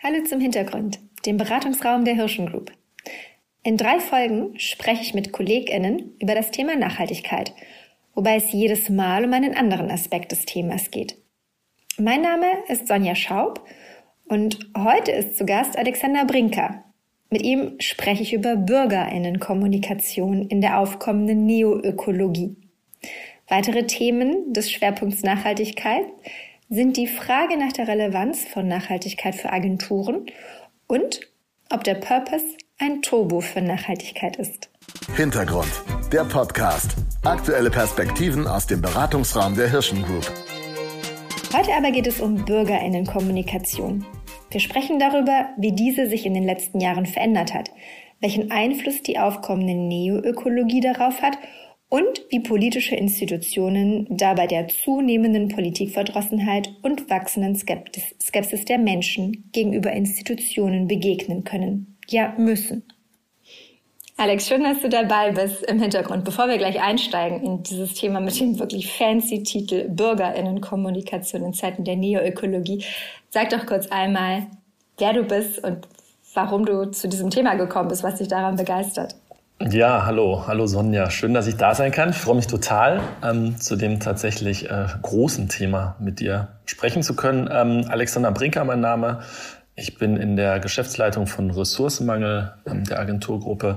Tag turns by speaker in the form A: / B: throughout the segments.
A: Hallo zum Hintergrund, dem Beratungsraum der Hirschen Group. In 3 Folgen spreche ich mit KollegInnen über das Thema Nachhaltigkeit, wobei es jedes Mal um einen anderen Aspekt des Themas geht. Mein Name ist Sonja Schaub und heute ist zu Gast Alexander Brinker. Mit ihm spreche ich über BürgerInnenkommunikation in der aufkommenden Neoökologie. Weitere Themen des Schwerpunkts Nachhaltigkeit sind die Frage nach der Relevanz von Nachhaltigkeit für Agenturen und ob der Purpose ein Turbo für Nachhaltigkeit ist.
B: Hintergrund, der Podcast. Aktuelle Perspektiven aus dem Beratungsraum der Hirschen Group.
A: Heute aber geht es um BürgerInnenkommunikation. Wir sprechen darüber, wie diese sich in den letzten Jahren verändert hat, welchen Einfluss die aufkommende Neoökologie darauf hat und wie politische Institutionen dabei der zunehmenden Politikverdrossenheit und wachsenden Skepsis der Menschen gegenüber Institutionen begegnen können. Ja, müssen. Alex, schön, dass du dabei bist im Hintergrund. Bevor wir gleich einsteigen in dieses Thema mit dem wirklich fancy Titel BürgerInnenkommunikation in Zeiten der Neoökologie, sag doch kurz einmal, wer du bist und warum du zu diesem Thema gekommen bist, was dich daran begeistert.
C: Ja, hallo Sonja. Schön, dass ich da sein kann. Ich freue mich total, zu dem tatsächlich großen Thema mit dir sprechen zu können. Alexander Brinker, mein Name. Ich bin in der Geschäftsleitung von Ressourcenmangel der Agenturgruppe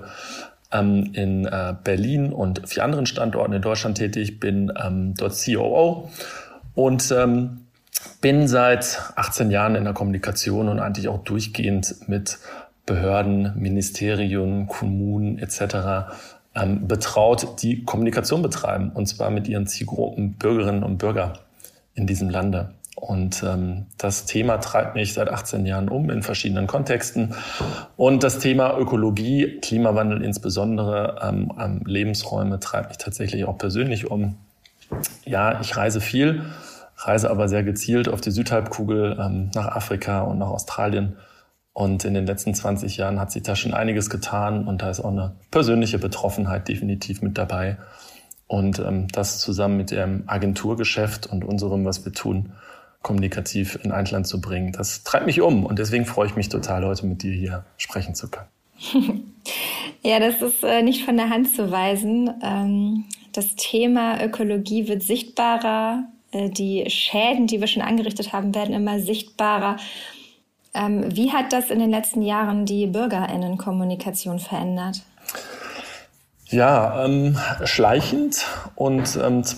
C: in Berlin und 4 anderen Standorten in Deutschland tätig. Bin dort COO und bin seit 18 Jahren in der Kommunikation und eigentlich auch durchgehend mit Behörden, Ministerien, Kommunen etc. Betraut, die Kommunikation betreiben, und zwar mit ihren Zielgruppen Bürgerinnen und Bürger in diesem Lande. Und das Thema treibt mich seit 18 Jahren in verschiedenen Kontexten. Und das Thema Ökologie, Klimawandel insbesondere, Lebensräume treibt mich tatsächlich auch persönlich um. Ja, ich reise viel, reise aber sehr gezielt auf die Südhalbkugel, nach Afrika und nach Australien. Und in den letzten 20 Jahren hat sich da schon einiges getan und da ist auch eine persönliche Betroffenheit definitiv mit dabei. Und das zusammen mit dem Agenturgeschäft und unserem, was wir tun, kommunikativ in Einklang zu bringen, das treibt mich um. Und deswegen freue ich mich total, heute mit dir hier sprechen zu können.
A: Ja, das ist nicht von der Hand zu weisen. Das Thema Ökologie wird sichtbarer. Die Schäden, die wir schon angerichtet haben, werden immer sichtbarer. Wie hat das in den letzten Jahren die BürgerInnenkommunikation verändert?
C: Ja, schleichend und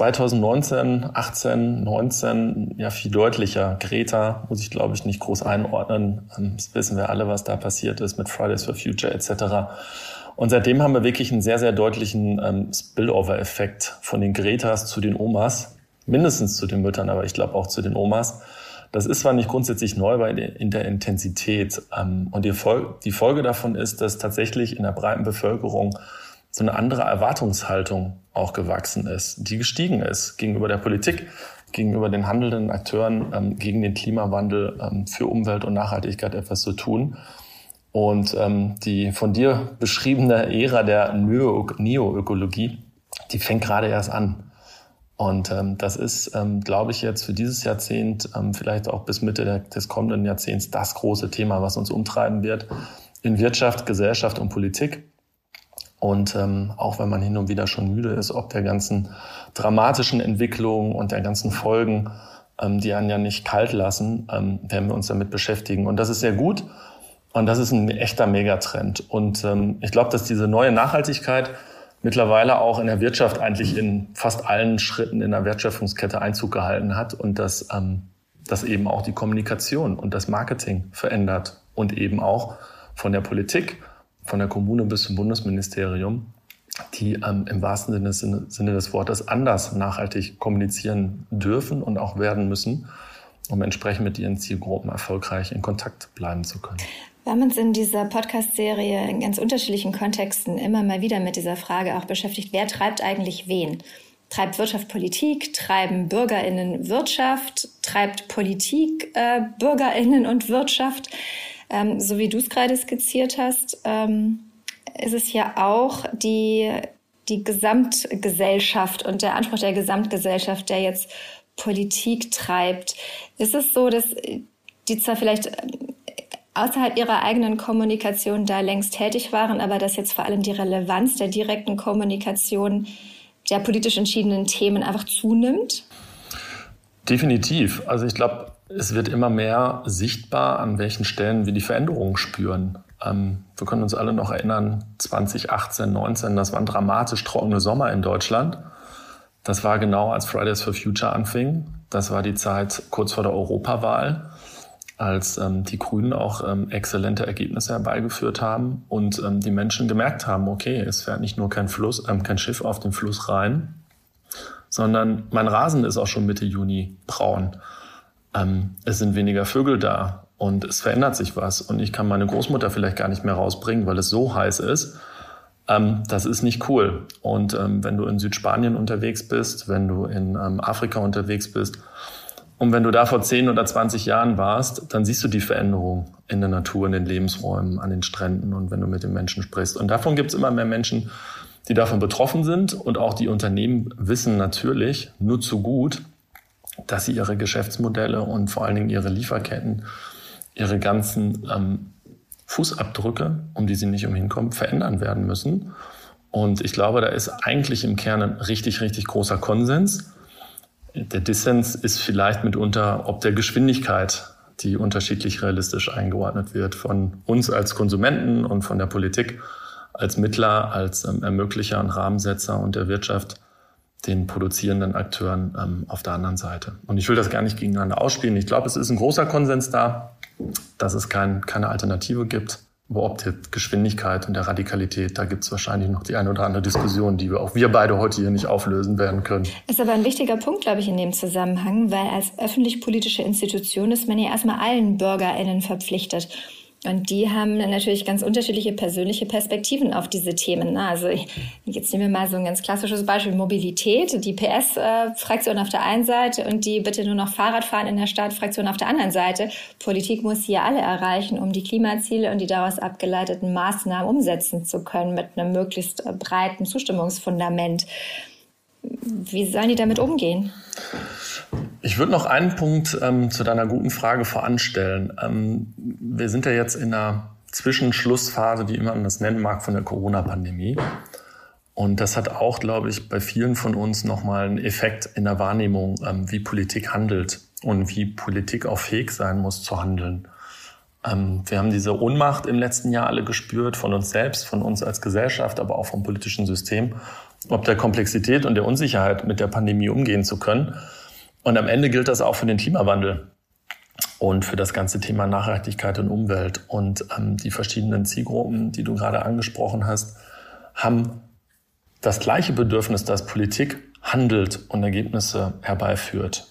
C: 2019, 18, 19 ja viel deutlicher. Greta muss ich, glaube ich, nicht groß einordnen. Das wissen wir alle, was da passiert ist mit Fridays for Future etc. Und seitdem haben wir wirklich einen sehr, sehr deutlichen Spillover-Effekt von den Gretas zu den Omas. Mindestens zu den Müttern, aber ich glaube auch zu den Omas. Das ist zwar nicht grundsätzlich neu in der Intensität. Und die Folge davon ist, dass tatsächlich in der breiten Bevölkerung so eine andere Erwartungshaltung auch gewachsen ist, die gestiegen ist gegenüber der Politik, gegenüber den handelnden Akteuren, gegen den Klimawandel, für Umwelt und Nachhaltigkeit etwas zu tun. Und die von dir beschriebene Ära der Neoökologie, die fängt gerade erst an. Und das ist, glaube ich, jetzt für dieses Jahrzehnt, vielleicht auch bis Mitte des kommenden Jahrzehnts, das große Thema, was uns umtreiben wird in Wirtschaft, Gesellschaft und Politik. Und auch wenn man hin und wieder schon müde ist, ob der ganzen dramatischen Entwicklungen und der ganzen Folgen, die einen ja nicht kalt lassen, werden wir uns damit beschäftigen. Und das ist sehr gut und das ist ein echter Megatrend. Und ich glaube, dass diese neue Nachhaltigkeit mittlerweile auch in der Wirtschaft eigentlich in fast allen Schritten in der Wertschöpfungskette Einzug gehalten hat und dass eben auch die Kommunikation und das Marketing verändert und eben auch von der Politik, von der Kommune bis zum Bundesministerium, die im wahrsten Sinne des Wortes anders nachhaltig kommunizieren dürfen und auch werden müssen, um entsprechend mit ihren Zielgruppen erfolgreich in Kontakt bleiben zu können.
A: Wir haben uns in dieser Podcast-Serie in ganz unterschiedlichen Kontexten immer mal wieder mit dieser Frage auch beschäftigt, wer treibt eigentlich wen? Treibt Wirtschaft Politik? Treiben BürgerInnen Wirtschaft? Treibt Politik BürgerInnen und Wirtschaft? So wie du es gerade skizziert hast, ist es ja auch die Gesamtgesellschaft und der Anspruch der Gesamtgesellschaft, der jetzt Politik treibt. Ist es so, dass die zwar vielleicht außerhalb ihrer eigenen Kommunikation da längst tätig waren, aber dass jetzt vor allem die Relevanz der direkten Kommunikation der politisch entschiedenen Themen einfach zunimmt?
C: Definitiv. Also ich glaube, es wird immer mehr sichtbar, an welchen Stellen wir die Veränderungen spüren. Wir können uns alle noch erinnern, 2018, 19, das waren dramatisch trockene Sommer in Deutschland. Das war genau, als Fridays for Future anfing. Das war die Zeit kurz vor der Europawahl, als die Grünen auch exzellente Ergebnisse herbeigeführt haben und die Menschen gemerkt haben, okay, es fährt nicht nur kein Schiff auf den Fluss Rhein, sondern mein Rasen ist auch schon Mitte Juni braun. Es sind weniger Vögel da und es verändert sich was. Und ich kann meine Großmutter vielleicht gar nicht mehr rausbringen, weil es so heiß ist. Das ist nicht cool. Und wenn du in Südspanien unterwegs bist, wenn du in Afrika unterwegs bist und wenn du da vor 10 oder 20 Jahren warst, dann siehst du die Veränderung in der Natur, in den Lebensräumen, an den Stränden und wenn du mit den Menschen sprichst. Und davon gibt es immer mehr Menschen, die davon betroffen sind. Und auch die Unternehmen wissen natürlich nur zu gut, dass sie ihre Geschäftsmodelle und vor allen Dingen ihre Lieferketten, ihre ganzen Fußabdrücke, um die sie nicht umhinkommen, verändern werden müssen. Und ich glaube, da ist eigentlich im Kern ein richtig, richtig großer Konsens. Der Dissens ist vielleicht mitunter ob der Geschwindigkeit, die unterschiedlich realistisch eingeordnet wird von uns als Konsumenten und von der Politik als Mittler, als Ermöglicher und Rahmensetzer und der Wirtschaft, den produzierenden Akteuren auf der anderen Seite. Und ich will das gar nicht gegeneinander ausspielen. Ich glaube, es ist ein großer Konsens da, dass es keine Alternative gibt. Aber ob der Geschwindigkeit und der Radikalität, da gibt es wahrscheinlich noch die eine oder andere Diskussion, die wir beide heute hier nicht auflösen werden können.
A: Ist aber ein wichtiger Punkt, glaube ich, in dem Zusammenhang, weil als öffentlich-politische Institution ist man ja erstmal allen BürgerInnen verpflichtet. Und die haben natürlich ganz unterschiedliche persönliche Perspektiven auf diese Themen. Also jetzt nehmen wir mal so ein ganz klassisches Beispiel, Mobilität. Die PS-Fraktion auf der einen Seite und die bitte nur noch Fahrrad fahren in der Stadt-Fraktion auf der anderen Seite. Politik muss hier alle erreichen, um die Klimaziele und die daraus abgeleiteten Maßnahmen umsetzen zu können mit einem möglichst breiten Zustimmungsfundament. Wie sollen die damit umgehen?
C: Ich würde noch einen Punkt zu deiner guten Frage voranstellen. Wir sind ja jetzt in einer Zwischenschlussphase, wie immer man das nennen mag, von der Corona-Pandemie. Und das hat auch, glaube ich, bei vielen von uns nochmal einen Effekt in der Wahrnehmung, wie Politik handelt und wie Politik auch fähig sein muss zu handeln. Wir haben diese Ohnmacht im letzten Jahr alle gespürt, von uns selbst, von uns als Gesellschaft, aber auch vom politischen System, ob der Komplexität und der Unsicherheit mit der Pandemie umgehen zu können. Und am Ende gilt das auch für den Klimawandel und für das ganze Thema Nachhaltigkeit und Umwelt. Und die verschiedenen Zielgruppen, die du gerade angesprochen hast, haben das gleiche Bedürfnis, dass Politik handelt und Ergebnisse herbeiführt.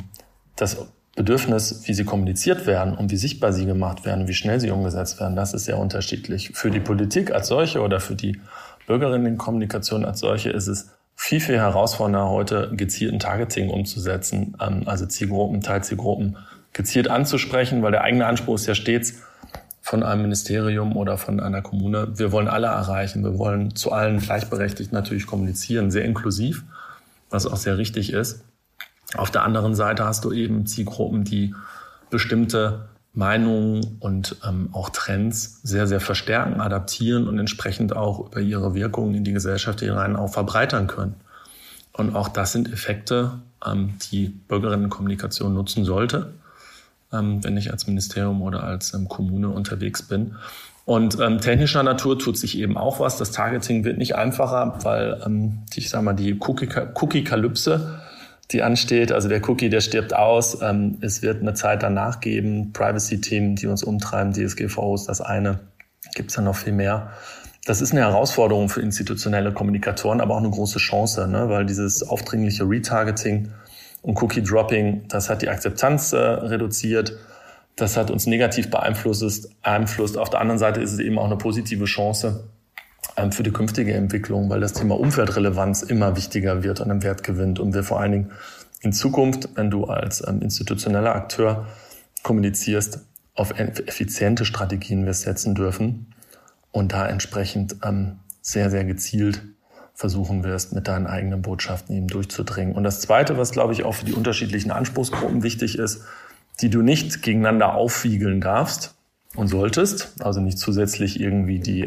C: Das Bedürfnis, wie sie kommuniziert werden und wie sichtbar sie gemacht werden, wie schnell sie umgesetzt werden, das ist sehr unterschiedlich. Für die Politik als solche oder für die Bürgerinnenkommunikation als solche ist es viel, viel herausfordernder, heute gezielten Targeting umzusetzen, also Zielgruppen, Teilzielgruppen gezielt anzusprechen, weil der eigene Anspruch ist ja stets von einem Ministerium oder von einer Kommune, wir wollen alle erreichen, wir wollen zu allen gleichberechtigt natürlich kommunizieren, sehr inklusiv, was auch sehr richtig ist. Auf der anderen Seite hast du eben Zielgruppen, die bestimmte Meinungen und auch Trends sehr, sehr verstärken, adaptieren und entsprechend auch über ihre Wirkungen in die Gesellschaft hinein auch verbreitern können. Und auch das sind Effekte, die Bürgerinnenkommunikation nutzen sollte, wenn ich als Ministerium oder als Kommune unterwegs bin. Und technischer Natur tut sich eben auch was. Das Targeting wird nicht einfacher, weil die Cookie-Kalypse, die ansteht, also der Cookie, der stirbt aus. Es wird eine Zeit danach geben, Privacy-Themen, die uns umtreiben, DSGVO ist das eine, gibt es ja noch viel mehr. Das ist eine Herausforderung für institutionelle Kommunikatoren, aber auch eine große Chance, ne? Weil dieses aufdringliche Retargeting und Cookie-Dropping, das hat die Akzeptanz reduziert, das hat uns negativ beeinflusst. Auf der anderen Seite ist es eben auch eine positive Chance für die künftige Entwicklung, weil das Thema Umweltrelevanz immer wichtiger wird und an Wert gewinnt und wir vor allen Dingen in Zukunft, wenn du als institutioneller Akteur kommunizierst, auf effiziente Strategien wir setzen dürfen und da entsprechend sehr, sehr gezielt versuchen wirst, mit deinen eigenen Botschaften eben durchzudringen. Und das Zweite, was, glaube ich, auch für die unterschiedlichen Anspruchsgruppen wichtig ist, die du nicht gegeneinander aufwiegeln darfst, und solltest. Also nicht zusätzlich irgendwie die,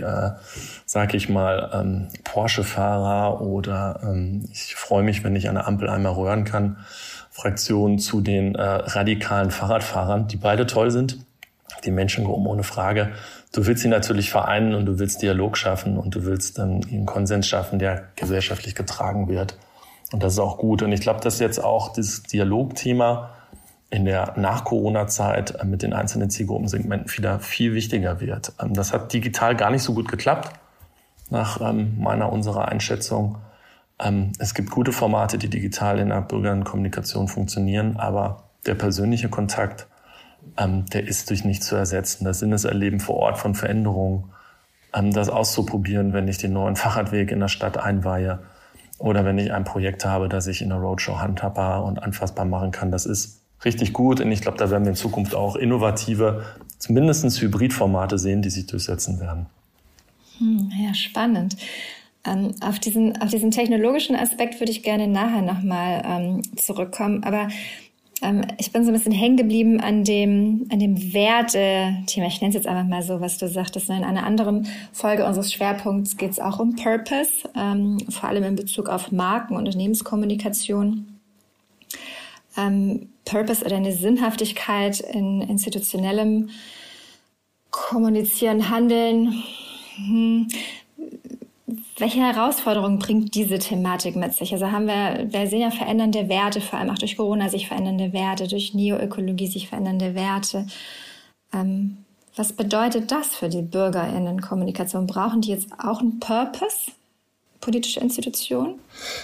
C: Porsche-Fahrer oder ich freue mich, wenn ich an der Ampel einmal röhren kann, Fraktion zu den radikalen Fahrradfahrern, die beide toll sind. Die Menschengruppen ohne Frage. Du willst sie natürlich vereinen und du willst Dialog schaffen und du willst einen Konsens schaffen, der gesellschaftlich getragen wird. Und das ist auch gut. Und ich glaube, dass jetzt auch das Dialogthema in der Nach-Corona-Zeit mit den einzelnen Zielgruppensegmenten wieder viel wichtiger wird. Das hat digital gar nicht so gut geklappt, nach unserer Einschätzung. Es gibt gute Formate, die digital in der Bürgerkommunikation funktionieren, aber der persönliche Kontakt, der ist durch nichts zu ersetzen. Das Sinneserleben vor Ort von Veränderungen, das auszuprobieren, wenn ich den neuen Fahrradweg in der Stadt einweihe oder wenn ich ein Projekt habe, das ich in der Roadshow handhabbar und anfassbar machen kann, das ist richtig gut. Und ich glaube, da werden wir in Zukunft auch innovative, zumindest Hybridformate sehen, die sich durchsetzen werden.
A: Ja, spannend. Auf diesen technologischen Aspekt würde ich gerne nachher nochmal zurückkommen. Aber ich bin so ein bisschen hängen geblieben an dem Werte-Thema. Ich nenne es jetzt einfach mal so, was du sagtest. In einer anderen Folge unseres Schwerpunkts geht es auch um Purpose, vor allem in Bezug auf Marken- und Unternehmenskommunikation. Purpose oder eine Sinnhaftigkeit in institutionellem Kommunizieren, Handeln. Welche Herausforderungen bringt diese Thematik mit sich? Also wir sehen ja verändernde Werte, vor allem auch durch Corona sich verändernde Werte, durch Neoökologie sich verändernde Werte. Was bedeutet das für die BürgerInnen-Kommunikation? Brauchen die jetzt auch einen Purpose, politische Institutionen?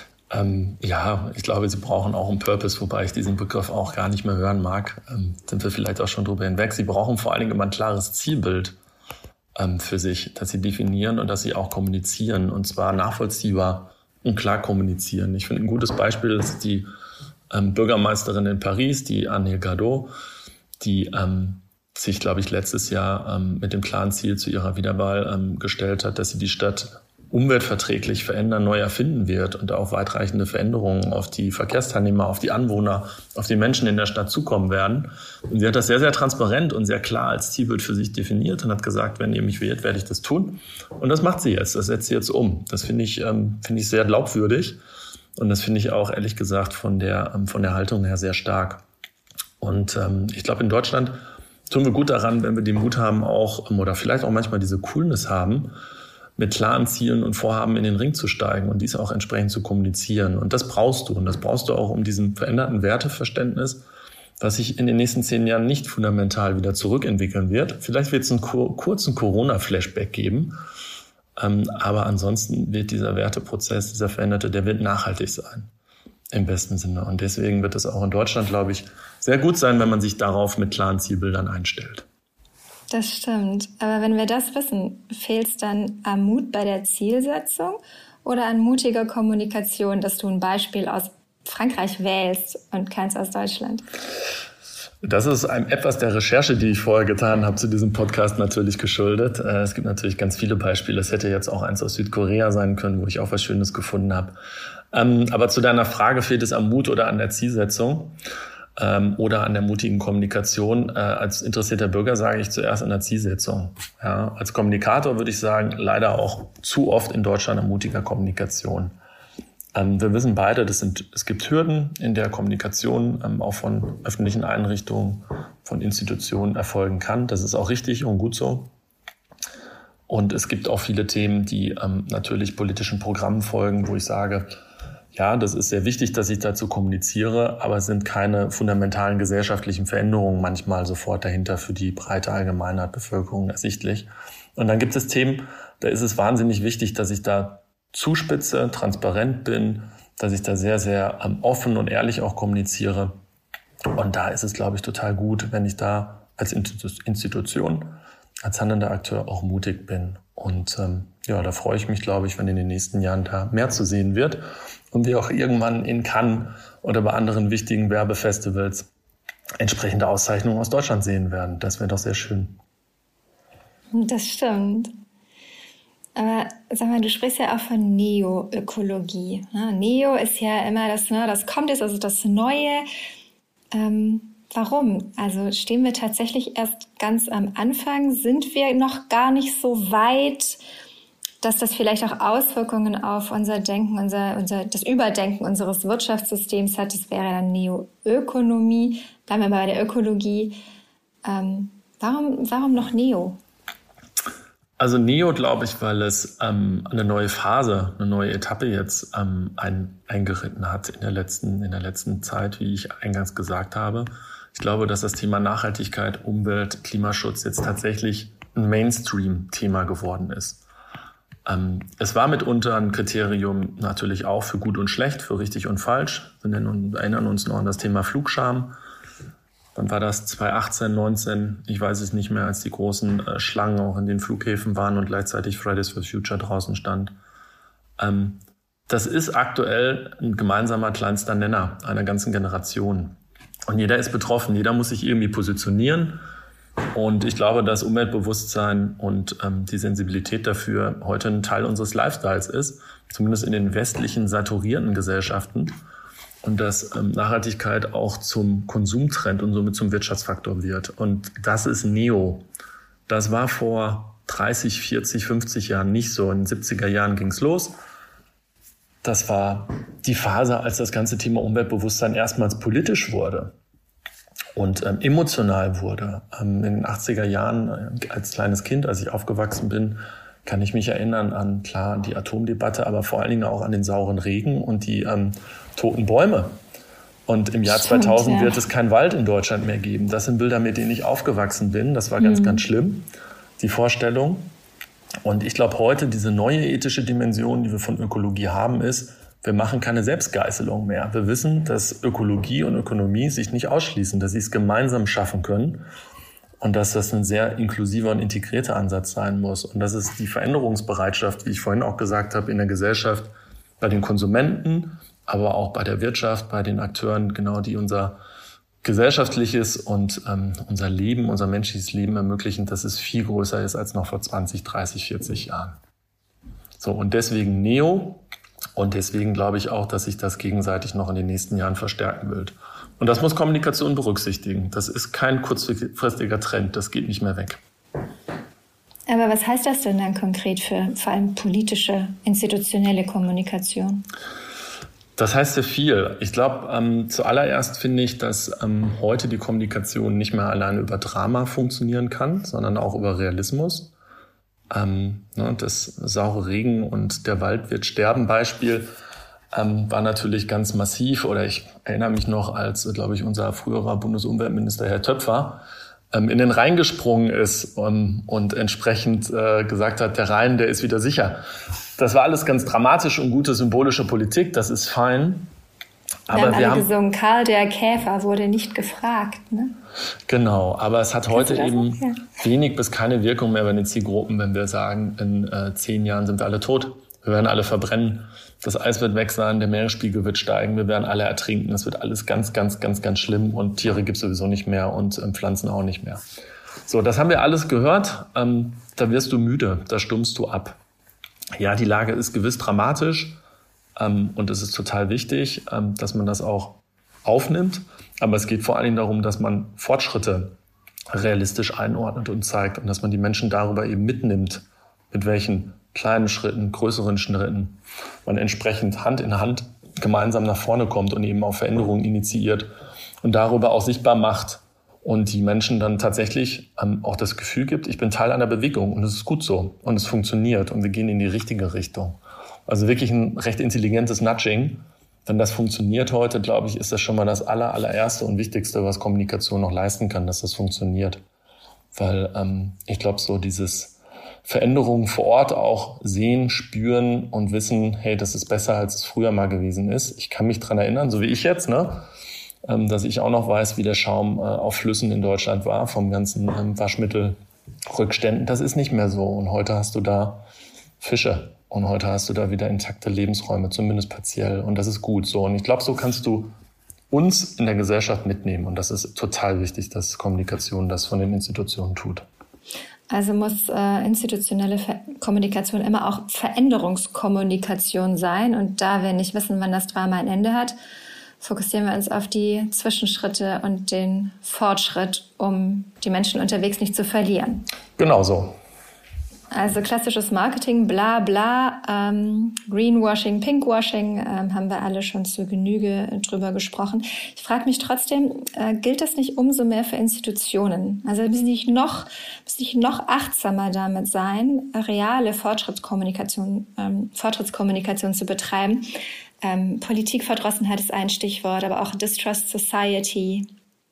C: Ja, ich glaube, sie brauchen auch einen Purpose, wobei ich diesen Begriff auch gar nicht mehr hören mag. Sind wir vielleicht auch schon drüber hinweg. Sie brauchen vor allen Dingen immer ein klares Zielbild für sich, dass sie definieren und dass sie auch kommunizieren, und zwar nachvollziehbar und klar kommunizieren. Ich finde, ein gutes Beispiel ist die Bürgermeisterin in Paris, die Anne Hidalgo, die sich, glaube ich, letztes Jahr mit dem klaren Ziel zu ihrer Wiederwahl gestellt hat, dass sie die Stadt umweltverträglich verändern, neu erfinden wird und auch weitreichende Veränderungen auf die Verkehrsteilnehmer, auf die Anwohner, auf die Menschen in der Stadt zukommen werden. Und sie hat das sehr, sehr transparent und sehr klar als Zielbild für sich definiert und hat gesagt, wenn ihr mich wählt, werde ich das tun. Und das macht sie jetzt, das setzt sie jetzt um. Das finde ich sehr glaubwürdig und das finde ich auch, ehrlich gesagt, von der Haltung her sehr stark. Und ich glaube, in Deutschland tun wir gut daran, wenn wir den Mut haben, auch oder vielleicht auch manchmal diese Coolness haben, mit klaren Zielen und Vorhaben in den Ring zu steigen und dies auch entsprechend zu kommunizieren. Und das brauchst du. Und das brauchst du auch um diesem veränderten Werteverständnis, was sich in den nächsten 10 Jahren nicht fundamental wieder zurückentwickeln wird. Vielleicht wird es einen kurzen Corona-Flashback geben. Aber ansonsten wird dieser Werteprozess, dieser veränderte, der wird nachhaltig sein. Im besten Sinne. Und deswegen wird es auch in Deutschland, glaube ich, sehr gut sein, wenn man sich darauf mit klaren Zielbildern einstellt.
A: Das stimmt. Aber wenn wir das wissen, fehlt es dann am Mut bei der Zielsetzung oder an mutiger Kommunikation, dass du ein Beispiel aus Frankreich wählst und keins aus Deutschland?
C: Das ist etwas der Recherche, die ich vorher getan habe, zu diesem Podcast natürlich geschuldet. Es gibt natürlich ganz viele Beispiele. Es hätte jetzt auch eins aus Südkorea sein können, wo ich auch was Schönes gefunden habe. Aber zu deiner Frage, fehlt es am Mut oder an der Zielsetzung? Oder an der mutigen Kommunikation. Als interessierter Bürger sage ich zuerst an der Zielsetzung. Ja, als Kommunikator würde ich sagen, leider auch zu oft in Deutschland an mutiger Kommunikation. Wir wissen beide, es gibt Hürden in der Kommunikation, auch von öffentlichen Einrichtungen, von Institutionen erfolgen kann. Das ist auch richtig und gut so. Und es gibt auch viele Themen, die natürlich politischen Programmen folgen, wo ich sage, ja, das ist sehr wichtig, dass ich dazu kommuniziere, aber es sind keine fundamentalen gesellschaftlichen Veränderungen manchmal sofort dahinter für die breite Allgemeinheit, Bevölkerung ersichtlich. Und dann gibt es Themen, da ist es wahnsinnig wichtig, dass ich da zuspitze, transparent bin, dass ich da sehr, sehr offen und ehrlich auch kommuniziere. Und da ist es, glaube ich, total gut, wenn ich da als Institution, als handelnder Akteur auch mutig bin. Und da freue ich mich, glaube ich, wenn in den nächsten Jahren da mehr zu sehen wird und wir auch irgendwann in Cannes oder bei anderen wichtigen Werbefestivals entsprechende Auszeichnungen aus Deutschland sehen werden. Das wäre doch sehr schön.
A: Das stimmt. Aber sag mal, du sprichst ja auch von Neoökologie. Neo ist ja immer das kommt jetzt, also das Neue. Warum? Also stehen wir tatsächlich erst ganz am Anfang? Sind wir noch gar nicht so weit, dass das vielleicht auch Auswirkungen auf unser Denken, das Überdenken unseres Wirtschaftssystems hat? Das wäre dann Neoökonomie. Bleiben wir mal bei der Ökologie. Warum noch Neo?
C: Also Neo, glaube ich, weil es eine neue Phase, eine neue Etappe jetzt eingeritten hat in der letzten Zeit, wie ich eingangs gesagt habe. Ich glaube, dass das Thema Nachhaltigkeit, Umwelt, Klimaschutz jetzt tatsächlich ein Mainstream-Thema geworden ist. Es war mitunter ein Kriterium natürlich auch für gut und schlecht, für richtig und falsch. Wir erinnern uns noch an das Thema Flugscham. Wann war das? 2018, 19, ich weiß es nicht mehr, als die großen Schlangen auch in den Flughäfen waren und gleichzeitig Fridays for Future draußen stand. Das ist aktuell ein gemeinsamer kleinster Nenner einer ganzen Generation. Und jeder ist betroffen, jeder muss sich irgendwie positionieren. Und ich glaube, dass Umweltbewusstsein und die Sensibilität dafür heute ein Teil unseres Lifestyles ist, zumindest in den westlichen saturierten Gesellschaften. Und dass Nachhaltigkeit auch zum Konsumtrend und somit zum Wirtschaftsfaktor wird. Und das ist Neo. Das war vor 30, 40, 50 Jahren nicht so. In den 70er Jahren ging es los. Das war die Phase, als das ganze Thema Umweltbewusstsein erstmals politisch wurde und emotional wurde. In den 80er Jahren als kleines Kind, als ich aufgewachsen bin, kann ich mich erinnern an, klar, die Atomdebatte, aber vor allen Dingen auch an den sauren Regen und die toten Bäume. Und im Jahr 2000 wird es keinen Wald in Deutschland mehr geben. Das sind Bilder, mit denen ich aufgewachsen bin. Das war ganz, ganz schlimm, die Vorstellung. Und ich glaube, heute diese neue ethische Dimension, die wir von Ökologie haben, ist, wir machen keine Selbstgeißelung mehr. Wir wissen, dass Ökologie und Ökonomie sich nicht ausschließen, dass sie es gemeinsam schaffen können. Und dass das ein sehr inklusiver und integrierter Ansatz sein muss. Und das ist die Veränderungsbereitschaft, wie ich vorhin auch gesagt habe, in der Gesellschaft, bei den Konsumenten, aber auch bei der Wirtschaft, bei den Akteuren, genau, die unser gesellschaftliches und unser Leben, unser menschliches Leben ermöglichen, dass es viel größer ist als noch vor 20, 30, 40 Jahren. So, und deswegen Neo. Und deswegen glaube ich auch, dass sich das gegenseitig noch in den nächsten Jahren verstärken wird. Und das muss Kommunikation berücksichtigen. Das ist kein kurzfristiger Trend, das geht nicht mehr weg.
A: Aber was heißt das denn dann konkret für vor allem politische, institutionelle Kommunikation?
C: Das heißt sehr viel. Ich glaube, zuallererst finde ich, dass heute die Kommunikation nicht mehr alleine über Drama funktionieren kann, sondern auch über Realismus. Das saure Regen und der Wald wird sterben Beispiel war natürlich ganz massiv. Oder ich erinnere mich noch, als, glaube ich, unser früherer Bundesumweltminister Herr Töpfer in den Rhein gesprungen ist und entsprechend gesagt hat, der Rhein, der ist wieder sicher. Das war alles ganz dramatisch und gute symbolische Politik, das ist fein.
A: Aber wir haben gesungen, Karl der Käfer wurde nicht gefragt, ne?
C: Genau, aber es hat heute eben wenig bis keine Wirkung mehr bei den Zielgruppen, wenn wir sagen, in 10 Jahren sind wir alle tot. Wir werden alle verbrennen, das Eis wird weg sein, der Meeresspiegel wird steigen, wir werden alle ertrinken, das wird alles ganz, ganz, ganz, ganz schlimm und Tiere gibt es sowieso nicht mehr und Pflanzen auch nicht mehr. So, das haben wir alles gehört, da wirst du müde, da stummst du ab. Ja, die Lage ist gewiss dramatisch und es ist total wichtig, dass man das auch aufnimmt, aber es geht vor allen Dingen darum, dass man Fortschritte realistisch einordnet und zeigt und dass man die Menschen darüber eben mitnimmt, mit welchen kleinen Schritten, größeren Schritten man entsprechend Hand in Hand gemeinsam nach vorne kommt und eben auch Veränderungen initiiert und darüber auch sichtbar macht und die Menschen dann tatsächlich auch das Gefühl gibt, ich bin Teil einer Bewegung und es ist gut so und es funktioniert und wir gehen in die richtige Richtung. Also wirklich ein recht intelligentes Nudging. Wenn das funktioniert heute, glaube ich, ist das schon mal das allererste und Wichtigste, was Kommunikation noch leisten kann, dass das funktioniert. Weil ich glaube, so dieses Veränderungen vor Ort auch sehen, spüren und wissen, hey, das ist besser, als es früher mal gewesen ist. Ich kann mich dran erinnern, so wie ich jetzt, dass ich auch noch weiß, wie der Schaum auf Flüssen in Deutschland war, vom ganzen Waschmittelrückständen. Das ist nicht mehr so. Und heute hast du da Fische und heute hast du da wieder intakte Lebensräume, zumindest partiell. Und das ist gut so. Und ich glaube, so kannst du uns in der Gesellschaft mitnehmen. Und das ist total wichtig, dass Kommunikation das von den Institutionen tut.
A: Also muss institutionelle Kommunikation immer auch Veränderungskommunikation sein. Und da wir nicht wissen, wann das Drama ein Ende hat, fokussieren wir uns auf die Zwischenschritte und den Fortschritt, um die Menschen unterwegs nicht zu verlieren.
C: Genau so.
A: Also klassisches Marketing, bla bla, Greenwashing, Pinkwashing, haben wir alle schon zur Genüge drüber gesprochen. Ich frage mich trotzdem, gilt das nicht umso mehr für Institutionen? Also müssen nicht noch achtsamer damit sein, reale Fortschrittskommunikation zu betreiben. Politikverdrossenheit ist ein Stichwort, aber auch Distrust Society.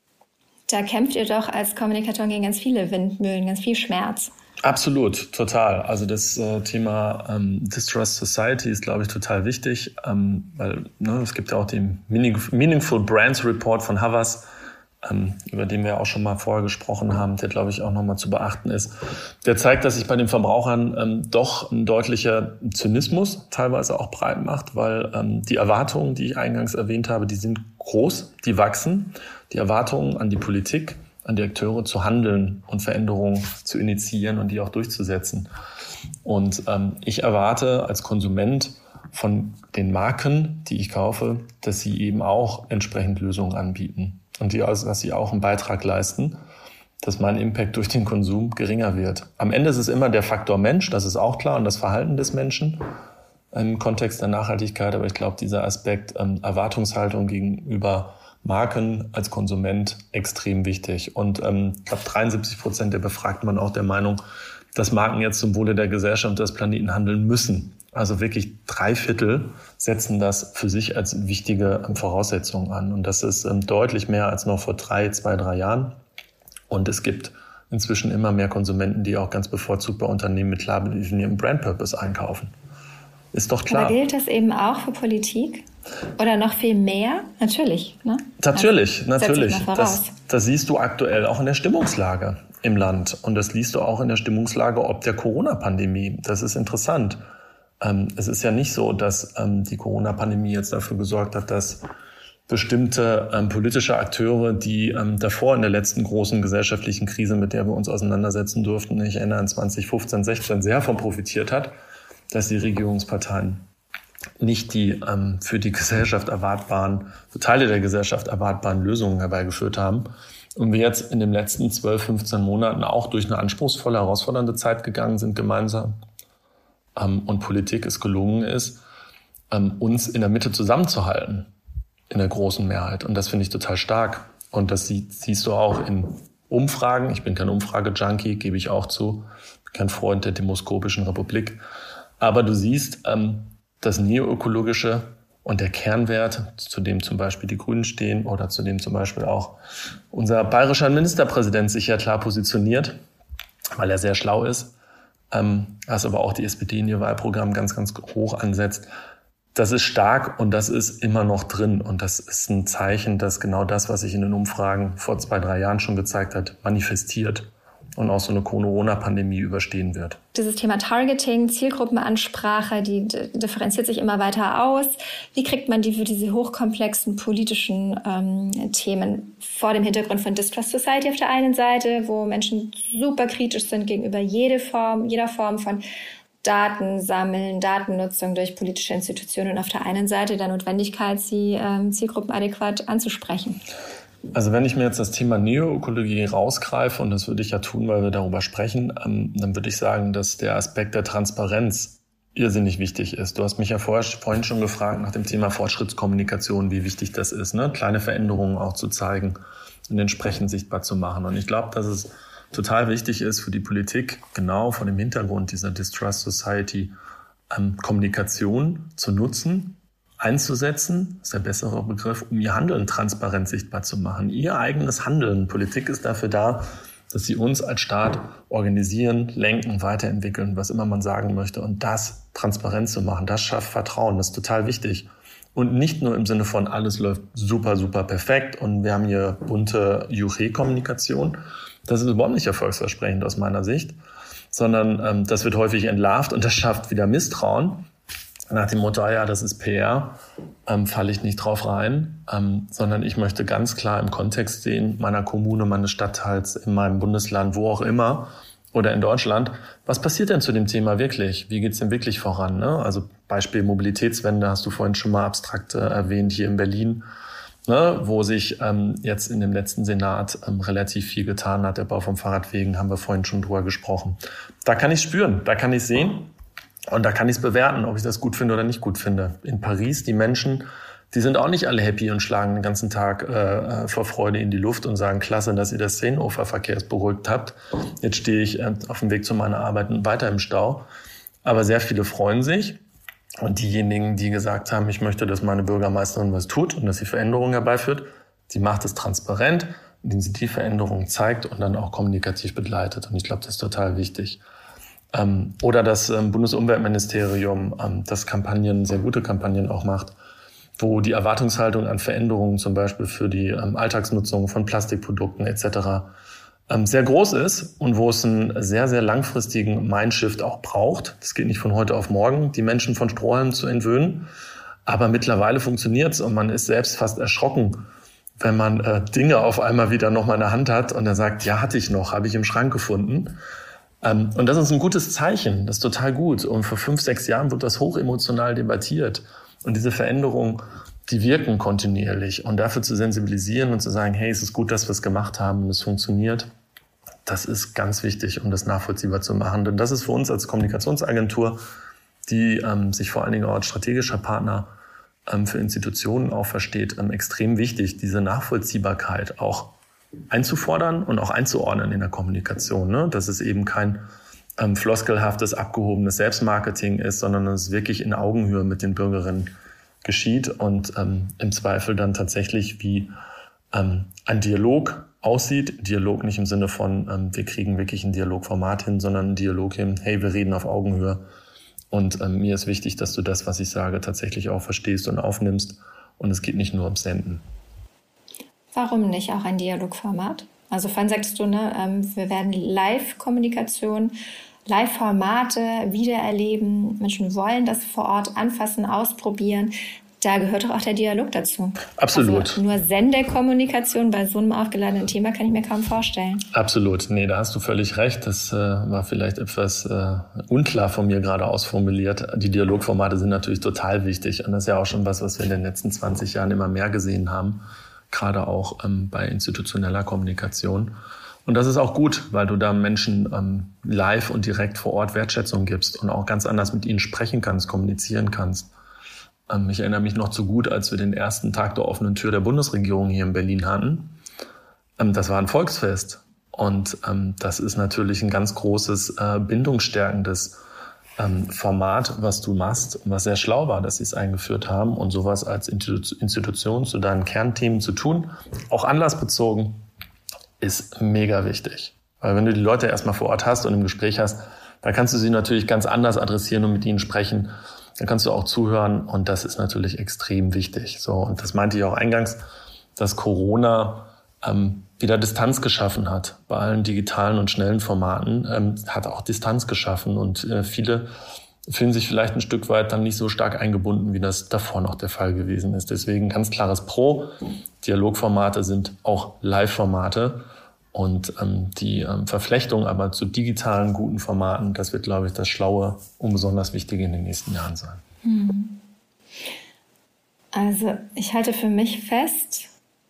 A: Da kämpft ihr doch als Kommunikatoren gegen ganz viele Windmühlen, ganz viel Schmerz.
C: Absolut, total. Also das Thema Distrust Society ist, glaube ich, total wichtig, weil es gibt ja auch den Meaningful Brands Report von Havas, über den wir auch schon mal vorher gesprochen haben, der, glaube ich, auch nochmal zu beachten ist. Der zeigt, dass sich bei den Verbrauchern doch ein deutlicher Zynismus teilweise auch breit macht, weil die Erwartungen, die ich eingangs erwähnt habe, die sind groß, die wachsen. Die Erwartungen an die Politik, an die Akteure zu handeln und Veränderungen zu initiieren und die auch durchzusetzen. Und ich erwarte als Konsument von den Marken, die ich kaufe, dass sie eben auch entsprechend Lösungen anbieten und dass sie auch einen Beitrag leisten, dass mein Impact durch den Konsum geringer wird. Am Ende ist es immer der Faktor Mensch, das ist auch klar, und das Verhalten des Menschen im Kontext der Nachhaltigkeit. Aber ich glaube, dieser Aspekt Erwartungshaltung gegenüber Marken als Konsument extrem wichtig. Und ich glaube, 73% der Befragten waren auch der Meinung, dass Marken jetzt zum Wohle der Gesellschaft und des Planeten handeln müssen. Also wirklich 3/4 setzen das für sich als wichtige Voraussetzung an. Und das ist deutlich mehr als noch vor 2-3 Jahren. Und es gibt inzwischen immer mehr Konsumenten, die auch ganz bevorzugt bei Unternehmen mit klar definiertem Brand-Purpose einkaufen. Ist doch klar.
A: Aber gilt das eben auch für Politik? Oder noch viel mehr? Natürlich. Ne?
C: Natürlich. Das siehst du aktuell auch in der Stimmungslage im Land. Und das liest du auch in der Stimmungslage ob der Corona-Pandemie. Das ist interessant. Es ist ja nicht so, dass die Corona-Pandemie jetzt dafür gesorgt hat, dass bestimmte politische Akteure, die davor in der letzten großen gesellschaftlichen Krise, mit der wir uns auseinandersetzen durften, ich erinnere an 2015, 16 sehr von profitiert hat, dass die Regierungsparteien nicht die für die Gesellschaft für Teile der Gesellschaft erwartbaren Lösungen herbeigeführt haben. Und wir jetzt in den letzten 12, 15 Monaten auch durch eine anspruchsvolle, herausfordernde Zeit gegangen sind gemeinsam. Und Politik es gelungen ist, uns in der Mitte zusammenzuhalten, in der großen Mehrheit. Und das finde ich total stark. Und das siehst du auch in Umfragen. Ich bin kein Umfrage-Junkie, gebe ich auch zu. Kein Freund der Demoskopischen Republik. Aber du siehst, das Neoökologische und der Kernwert, zu dem zum Beispiel die Grünen stehen oder zu dem zum Beispiel auch unser bayerischer Ministerpräsident sich ja klar positioniert, weil er sehr schlau ist, was aber auch die SPD in ihr Wahlprogramm ganz, ganz hoch ansetzt. Das ist stark und das ist immer noch drin. Und das ist ein Zeichen, dass genau das, was sich in den Umfragen vor 2-3 Jahren schon gezeigt hat, manifestiert und auch so eine Corona-Pandemie überstehen wird.
A: Dieses Thema Targeting, Zielgruppenansprache, die differenziert sich immer weiter aus. Wie kriegt man die für diese hochkomplexen politischen Themen vor dem Hintergrund von Distrust Society auf der einen Seite, wo Menschen super kritisch sind gegenüber jeder Form von Daten sammeln, Datennutzung durch politische Institutionen und auf der einen Seite der Notwendigkeit, sie zielgruppenadäquat anzusprechen?
C: Also wenn ich mir jetzt das Thema Neoökologie rausgreife, und das würde ich ja tun, weil wir darüber sprechen, dann würde ich sagen, dass der Aspekt der Transparenz irrsinnig wichtig ist. Du hast mich ja vorhin schon gefragt nach dem Thema Fortschrittskommunikation, wie wichtig das ist, ne? Kleine Veränderungen auch zu zeigen und entsprechend sichtbar zu machen. Und ich glaube, dass es total wichtig ist für die Politik, genau vor dem Hintergrund dieser Distrust Society, Kommunikation zu nutzen, einzusetzen, ist der bessere Begriff, um ihr Handeln transparent sichtbar zu machen. Ihr eigenes Handeln. Politik ist dafür da, dass sie uns als Staat organisieren, lenken, weiterentwickeln, was immer man sagen möchte. Und das transparent zu machen, das schafft Vertrauen. Das ist total wichtig. Und nicht nur im Sinne von, alles läuft super, super perfekt und wir haben hier bunte Juche-Kommunikation. Das ist überhaupt nicht erfolgsversprechend aus meiner Sicht, sondern das wird häufig entlarvt und das schafft wieder Misstrauen. Nach dem Motto, ja, das ist PR, falle ich nicht drauf rein, sondern ich möchte ganz klar im Kontext sehen, meiner Kommune, meines Stadtteils, in meinem Bundesland, wo auch immer, oder in Deutschland, was passiert denn zu dem Thema wirklich? Wie geht's denn wirklich voran? Ne? Also Beispiel Mobilitätswende hast du vorhin schon mal abstrakt erwähnt, hier in Berlin. wo sich jetzt in dem letzten Senat relativ viel getan hat. Der Bau von Fahrradwegen, haben wir vorhin schon drüber gesprochen. Da kann ich spüren, da kann ich sehen und da kann ich es bewerten, ob ich das gut finde oder nicht gut finde. In Paris, die Menschen, die sind auch nicht alle happy und schlagen den ganzen Tag vor Freude in die Luft und sagen, klasse, dass ihr das Seenuferverkehrs beruhigt habt. Jetzt stehe ich auf dem Weg zu meiner Arbeit und weiter im Stau. Aber sehr viele freuen sich. Und diejenigen, die gesagt haben, ich möchte, dass meine Bürgermeisterin was tut und dass sie Veränderungen herbeiführt, die macht es transparent, indem sie die Veränderungen zeigt und dann auch kommunikativ begleitet. Und ich glaube, das ist total wichtig. Oder das Bundesumweltministerium, das Kampagnen, sehr gute Kampagnen auch macht, wo die Erwartungshaltung an Veränderungen, zum Beispiel für die Alltagsnutzung von Plastikprodukten etc., sehr groß ist und wo es einen sehr, sehr langfristigen Mindshift auch braucht. Das geht nicht von heute auf morgen, die Menschen von Strohhalmen zu entwöhnen. Aber mittlerweile funktioniert's und man ist selbst fast erschrocken, wenn man Dinge auf einmal wieder noch mal in der Hand hat und er sagt, ja, hatte ich noch, habe ich im Schrank gefunden. Und das ist ein gutes Zeichen, das ist total gut. Und vor 5, 6 Jahren wird das hochemotional debattiert. Und diese Veränderungen, die wirken kontinuierlich. Und dafür zu sensibilisieren und zu sagen, hey, es ist gut, dass wir es gemacht haben und es funktioniert, das ist ganz wichtig, um das nachvollziehbar zu machen. Denn das ist für uns als Kommunikationsagentur, die sich vor allen Dingen auch als strategischer Partner für Institutionen auch versteht, extrem wichtig, diese Nachvollziehbarkeit auch einzufordern und auch einzuordnen in der Kommunikation. Ne? Dass es eben kein floskelhaftes, abgehobenes Selbstmarketing ist, sondern dass es wirklich in Augenhöhe mit den Bürgerinnen geschieht und im Zweifel dann tatsächlich wie ein Dialog aussieht. Dialog nicht im Sinne von, wir kriegen wirklich ein Dialogformat hin, sondern ein Dialog hin, hey, wir reden auf Augenhöhe. Und mir ist wichtig, dass du das, was ich sage, tatsächlich auch verstehst und aufnimmst. Und es geht nicht nur ums Senden.
A: Warum nicht auch ein Dialogformat? Also vorhin sagst du, wir werden Live-Kommunikation, Live-Formate wiedererleben. Menschen wollen das vor Ort anfassen, ausprobieren. Da gehört doch auch der Dialog dazu.
C: Absolut.
A: Also nur Sendekommunikation bei so einem aufgeladenen Thema kann ich mir kaum vorstellen.
C: Absolut. Nee, da hast du völlig recht. Das war vielleicht etwas unklar von mir gerade ausformuliert. Die Dialogformate sind natürlich total wichtig. Und das ist ja auch schon was wir in den letzten 20 Jahren immer mehr gesehen haben. Gerade auch bei institutioneller Kommunikation. Und das ist auch gut, weil du da Menschen live und direkt vor Ort Wertschätzung gibst und auch ganz anders mit ihnen sprechen kannst, kommunizieren kannst. Ich erinnere mich noch zu gut, als wir den ersten Tag der offenen Tür der Bundesregierung hier in Berlin hatten. Das war ein Volksfest. Und das ist natürlich ein ganz großes, bindungsstärkendes Format, was du machst, und was sehr schlau war, dass sie es eingeführt haben und sowas als Institution zu deinen Kernthemen zu tun, auch anlassbezogen, ist mega wichtig. Weil wenn du die Leute erstmal vor Ort hast und im Gespräch hast, dann kannst du sie natürlich ganz anders adressieren und mit ihnen sprechen. Dann kannst du auch zuhören und das ist natürlich extrem wichtig. So, und das meinte ich auch eingangs, dass Corona wieder Distanz geschaffen hat. Bei allen digitalen und schnellen Formaten hat auch Distanz geschaffen und viele fühlen sich vielleicht ein Stück weit dann nicht so stark eingebunden, wie das davor noch der Fall gewesen ist. Deswegen ganz klares Pro. Dialogformate sind auch Live-Formate und die Verflechtung aber zu digitalen, guten Formaten, das wird, glaube ich, das Schlaue und besonders Wichtige in den nächsten Jahren sein.
A: Also ich halte für mich fest,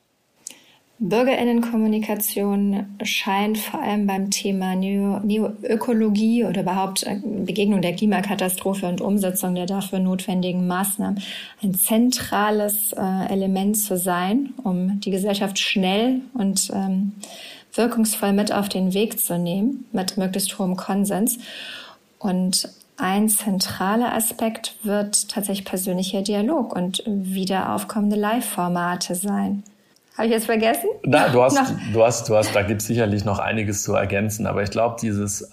A: BürgerInnenkommunikation scheint vor allem beim Thema Neoökologie oder überhaupt Begegnung der Klimakatastrophe und Umsetzung der dafür notwendigen Maßnahmen ein zentrales Element zu sein, um die Gesellschaft schnell und wirkungsvoll mit auf den Weg zu nehmen, mit möglichst hohem Konsens. Und ein zentraler Aspekt wird tatsächlich persönlicher Dialog und wieder aufkommende Live-Formate sein. Habe ich jetzt vergessen?
C: Na, du hast, da gibt es sicherlich noch einiges zu ergänzen, aber ich glaube, dieses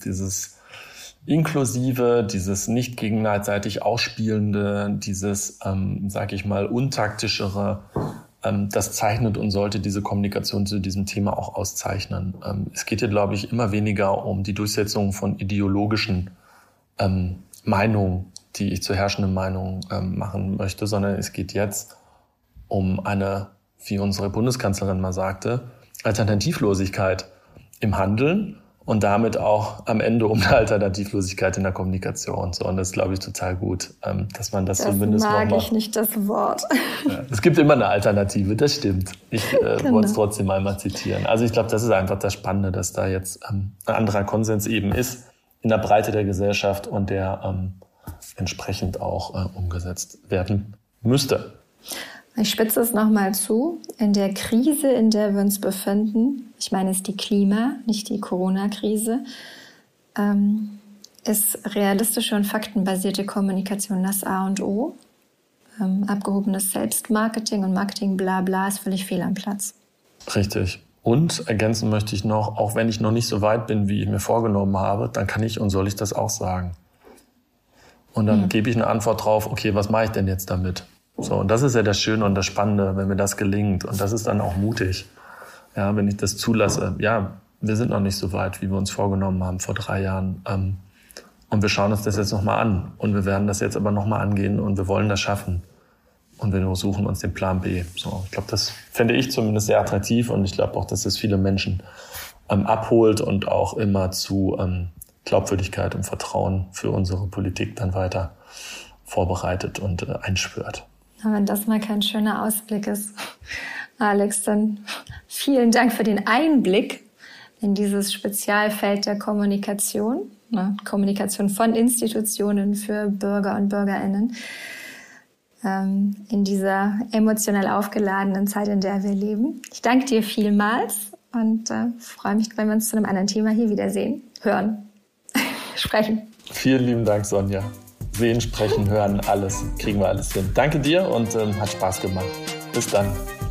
C: Inklusive, dieses nicht gegenseitig Ausspielende, dieses, sage ich mal, untaktischere, das zeichnet und sollte diese Kommunikation zu diesem Thema auch auszeichnen. Es geht hier, glaube ich, immer weniger um die Durchsetzung von ideologischen Meinungen, die ich zur herrschenden Meinung machen möchte, sondern es geht jetzt um eine, wie unsere Bundeskanzlerin mal sagte, Alternativlosigkeit im Handeln und damit auch am Ende um eine Alternativlosigkeit in der Kommunikation. So, und das ist, glaube ich, total gut, dass man das zumindest nochmal...
A: Das mag ich nicht, das Wort.
C: Ja, es gibt immer eine Alternative, das stimmt. Ich wollte es trotzdem einmal zitieren. Also ich glaube, das ist einfach das Spannende, dass da jetzt ein anderer Konsens eben ist in der Breite der Gesellschaft und der entsprechend auch umgesetzt werden müsste.
A: Ich spitze es nochmal zu. In der Krise, in der wir uns befinden, ich meine, es ist die nicht die Corona-Krise, ist realistische und faktenbasierte Kommunikation das A und O. Abgehobenes Selbstmarketing und Marketing Blabla ist völlig fehl am Platz.
C: Richtig. Und ergänzen möchte ich noch, auch wenn ich noch nicht so weit bin, wie ich mir vorgenommen habe, dann kann ich und soll ich das auch sagen. Und dann gebe ich eine Antwort drauf, okay, was mache ich denn jetzt damit? So, und das ist ja das Schöne und das Spannende, wenn mir das gelingt. Und das ist dann auch mutig, ja, wenn ich das zulasse. Ja, wir sind noch nicht so weit, wie wir uns vorgenommen haben vor 3 Jahren. Und wir schauen uns das jetzt nochmal an. Und wir werden das jetzt aber nochmal angehen und wir wollen das schaffen. Und wir suchen uns den Plan B. So, ich glaube, das fände ich zumindest sehr attraktiv. Und ich glaube auch, dass es viele Menschen abholt und auch immer zu Glaubwürdigkeit und Vertrauen für unsere Politik dann weiter vorbereitet und einschwört.
A: Wenn das mal kein schöner Ausblick ist, Alex, dann vielen Dank für den Einblick in dieses Spezialfeld der Kommunikation. Kommunikation von Institutionen für Bürger und BürgerInnen in dieser emotional aufgeladenen Zeit, in der wir leben. Ich danke dir vielmals und freue mich, wenn wir uns zu einem anderen Thema hier wiedersehen, hören, sprechen.
C: Vielen lieben Dank, Sonja. Sehen, sprechen, hören, alles. Kriegen wir alles hin. Danke dir und hat Spaß gemacht. Bis dann.